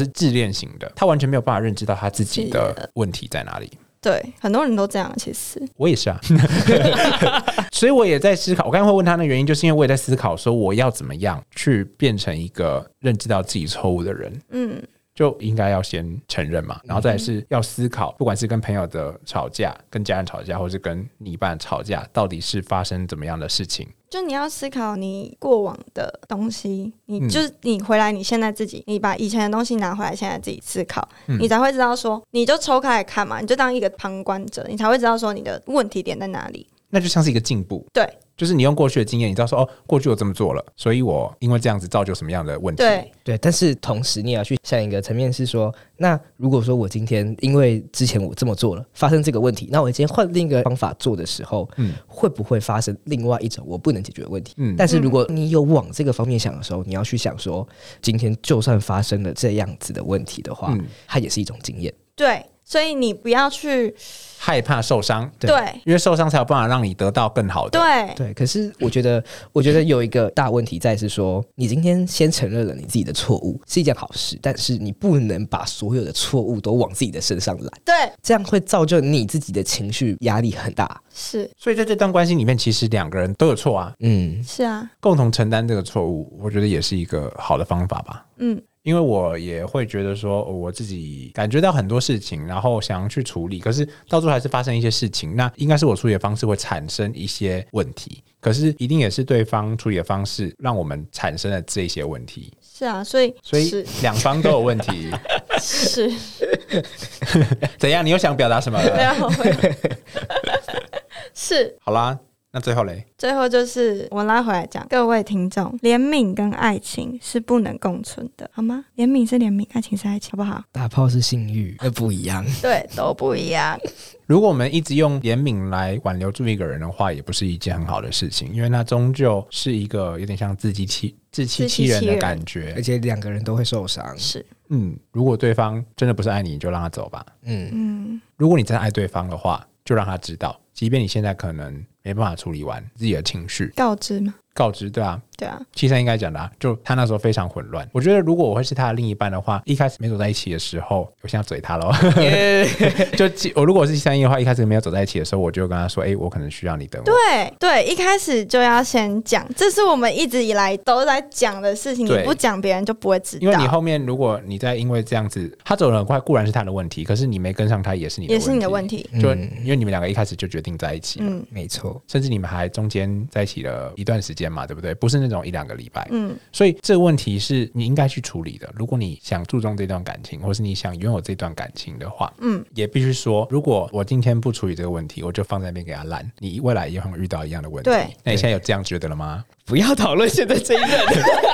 面型的，他完全没有办法认知到他自己的问题在哪里。 对，很多人都这样，其实我也是啊所以我也在思考，我刚才会问他的原因就是因为我也在思考说我要怎么样去变成一个认知到自己错误的人。就应该要先承认嘛，然后再来是要思考，不管是跟朋友的吵架、跟家人吵架，或是跟另一半吵架，到底是发生怎么样的事情。 就你要思考你过往的东西，就是你回来你现在自己，你把以前的东西拿回来现在自己思考，你才会知道说，你就抽开来看嘛，你就当一个旁观者，你才会知道说你的问题点在哪里。 那就像是一个进步。 对， 就是你用过去的经验，你知道说过去我这么做了，所以我因为这样子造就什么样的问题。 对，但是同时你也要去想一个层面是说，那如果说我今天因为之前我这么做了发生这个问题，那我今天换另一个方法做的时候，会不会发生另外一种我不能解决的问题？但是如果你有往这个方面想的时候，你要去想说，今天就算发生了这样子的问题的话，它也是一种经验。 对，所以你不要去害怕受伤。 对， 因为受伤才有办法让你得到更好的。 对，可是我觉得有一个大问题在是说，你今天先承认了你自己的错误是一件好事，但是你不能把所有的错误都往自己的身上揽。 对， 这样会造就你自己的情绪压力很大。 是， 所以在这段关系里面，其实两个人都有错啊。 是啊， 共同承担这个错误，我觉得也是一个好的方法吧。因为我也会觉得说，我自己感觉到很多事情，然后想要去处理，可是到最后还是发生一些事情，那应该是我处理的方式会产生一些问题，可是一定也是对方处理的方式让我们产生了这些问题。 是啊，所以两方都有问题。 是怎样？你又想表达什么了？ 没有是好啦，那最后嘞？ 最后就是我拉回来讲，各位听众，怜悯跟爱情是不能共存的，好吗？怜悯是怜悯，爱情是爱情，好不好？ 打炮是性欲，那不一样。 对，都不一样。 如果我们一直用怜悯来挽留住一个人的话，也不是一件很好的事情，因为那终究是一个有点像自欺欺人的感觉， 而且两个人都会受伤。 是， 如果对方真的不是爱你，你就让他走吧。如果你真的爱对方的话，就让他知道，即便你现在可能没办法处理完自己的情绪， 告知吗？ 告知，对啊。 对啊， 七三应该讲的就他那时候非常混乱。我觉得如果我会是他的另一半的话，一开始没走在一起的时候，我现在嘴他咯我如果是七三一的话，一开始没有走在一起的时候，我就跟他说，我可能需要你等我。 对，一开始就要先讲，这是我们一直以来都在讲的事情，你不讲别人就不会知道。 因为你后面如果你再因为这样子，他走得很快固然是他的问题，可是你没跟上他也是你的问题，就因为你们两个一开始就决定在一起了， 没错， 甚至你们还中间在一起了一段时间嘛，对不对？不是那种1-2个礼拜。所以这个问题是你应该去处理的。如果你想注重这段感情，或是你想拥有这段感情的话，也必须说，如果我今天不处理这个问题，我就放在那边给他烂，你未来也会遇到一样的问题。那你现在有这样觉得了吗？ 不要讨论现在这一任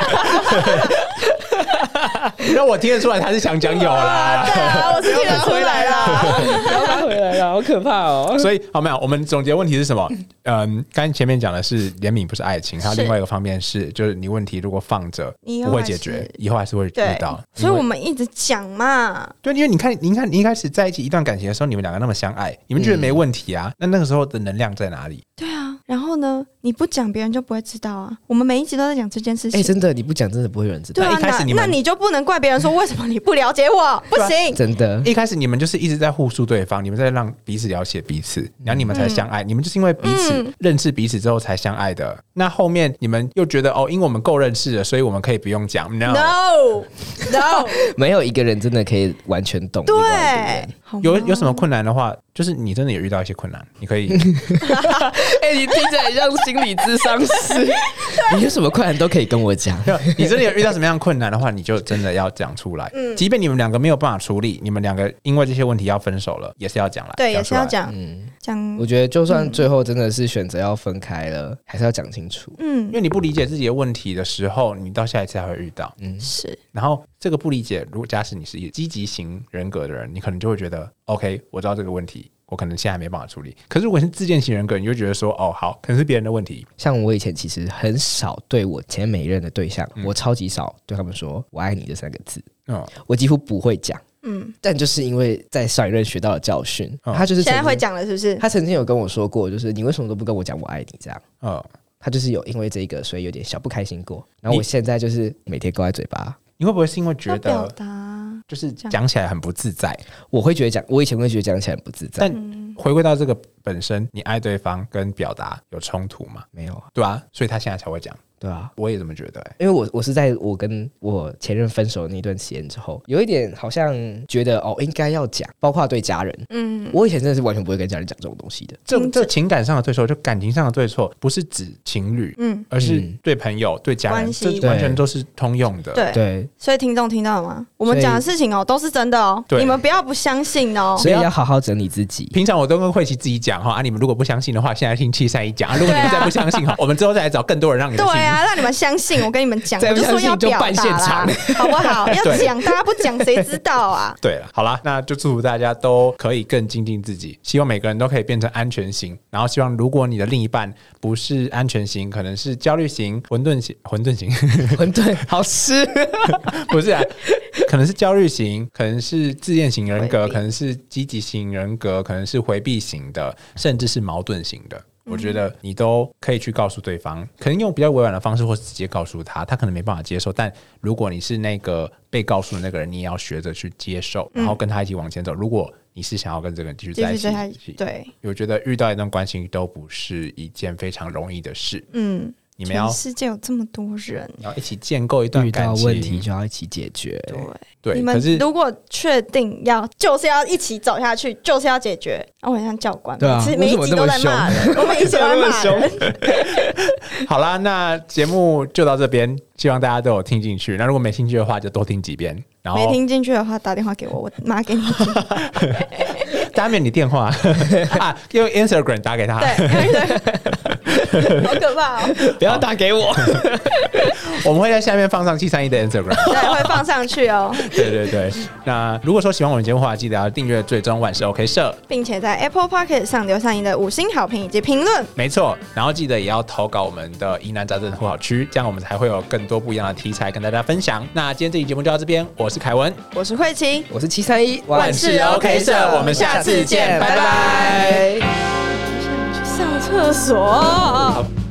那我听得出来他是想讲有啦。 对啊，我是听得出来啦。 要拉回来了，好可怕哦。 所以好，没有，我们总结问题是什么？刚前面讲的是怜悯不是爱情，还有另外一个方面是，就是你问题如果放着不会解决，以后还是会遇到。 所以我们一直讲嘛。 对，因为你看你一开始在一起一段感情的时候，你们两个那么相爱，你们觉得没问题啊？那个时候的能量在哪里？ 对啊，然后呢，你不讲别人就不会知道啊。我们每一集都在讲这件事情。 真的，你不讲真的不会有人知道。 对啊，那你就不能怪别人说为什么你不了解我，不行。 真的， 一开始你们就是一直在互诉对方，你们在让彼此了解彼此，然后你们才相爱。你们就是因为彼此认识彼此之后才相爱的。那后面你们又觉得因为我们够认识了，所以我们可以不用讲。No， 没有一个人真的可以完全懂。 对， 有什么困难的话，就是你真的有遇到一些困难，你可以。 你听起来像心理咨商师。你有什么困难都可以跟我讲。 你真的有遇到什么样困难的话，你就真的要讲出来。即便你们两个没有办法处理，你们两个因为这些问题要分手了，也是要讲来。 对，也是要讲。 我觉得就算最后真的是选择要分开了，还是要讲清楚。 因为你不理解自己的问题的时候，你到下一次还会遇到。 是。 然后这个不理解，如果假使你是一个积极型人格的人，你可能就会觉得 OK， 我知道这个问题，我可能现在还没办法处理。可是如果是自恋型人格，你就觉得说好，可能是别人的问题。 像我以前其实很少对我前每一任的对象，我超级少对他们说我爱你这3个字。我几乎不会讲。但就是因为在上一任学到了教训，他就是现在会讲了，是不是？ 他曾经有跟我说过，就是你为什么都不跟我讲我爱你这样。他就是有因为这个，所以有点小不开心过。然后我现在就是每天挂在嘴巴。 你会不会是因为觉得就是讲起来很不自在。 我以前会觉得讲起来很不自在， 但回归到这个本身，你爱对方跟表达有冲突吗？ 没有啊， 对啊，所以他现在才会讲。 对啊， 我也这么觉得因为我是在我跟我前任分手的那段时间之后，有一点好像觉得应该要讲，包括对家人。我以前真的是完全不会跟家人讲这种东西的。 这情感上的对错，就感情上的对错，不是指情侣，而是对朋友、对家人，这完全都是通用的。 对， 所以听众听到了吗？我们讲的事情都是真的你们不要不相信所以要好好整理自己。 平常我都跟慧琪自己讲你们如果不相信的话，现在听731讲如果你们再不相信我们之后再来找更多人让你们信。 对啊，让你们相信。我跟你们讲，我就说要表达啦，好不好？要讲，大家不讲谁知道啊？ 对了，好啦，那就祝福大家都可以更精进自己，希望每个人都可以变成安全型，然后希望如果你的另一半不是安全型，可能是焦虑型、混沌型， 混沌好吃， 不是可能是焦虑型，可能是自恋型人格，可能是积极型人格，可能是回避型的，甚至是矛盾型的。我觉得你都可以去告诉对方，可能用比较委婉的方式，或是直接告诉他，他可能没办法接受。但如果你是那个被告诉的那个人，你也要学着去接受，然后跟他一起往前走。如果你是想要跟这个人继续在一起， 对， 我觉得遇到一段关系都不是一件非常容易的事。你们要全世界有这么多人， 要一起建构一段感情， 遇到问题就要一起解决。 对， 你们如果确定就是要一起走下去，就是要解决。我很像教官，每一集都在骂人，我每一集都在骂人。 好啦，那节目就到这边，希望大家都有听进去。那如果没兴趣的话，就多听几遍。然后没听进去的话，打电话给我，我妈给你听。 大家没有你电话用 Instagram 打给他。 对，好可怕不要打给我。 我们会在下面放上731的 Instagram， 对，会放上去对。那如果说喜欢我们节目的话，记得要订阅、追踪万事 OK 社， 并且在 Apple Podcast 上留下你的5星好评以及评论。 没错，然后记得也要投稿我们的疑难杂症护好区，这样我们才会有更多不一样的题材跟大家分享。那今天这期节目就到这边，我是凯文， 我是慧琪， 我是731 万事 OK 社，我们下次见，拜拜。 我想去上厕所。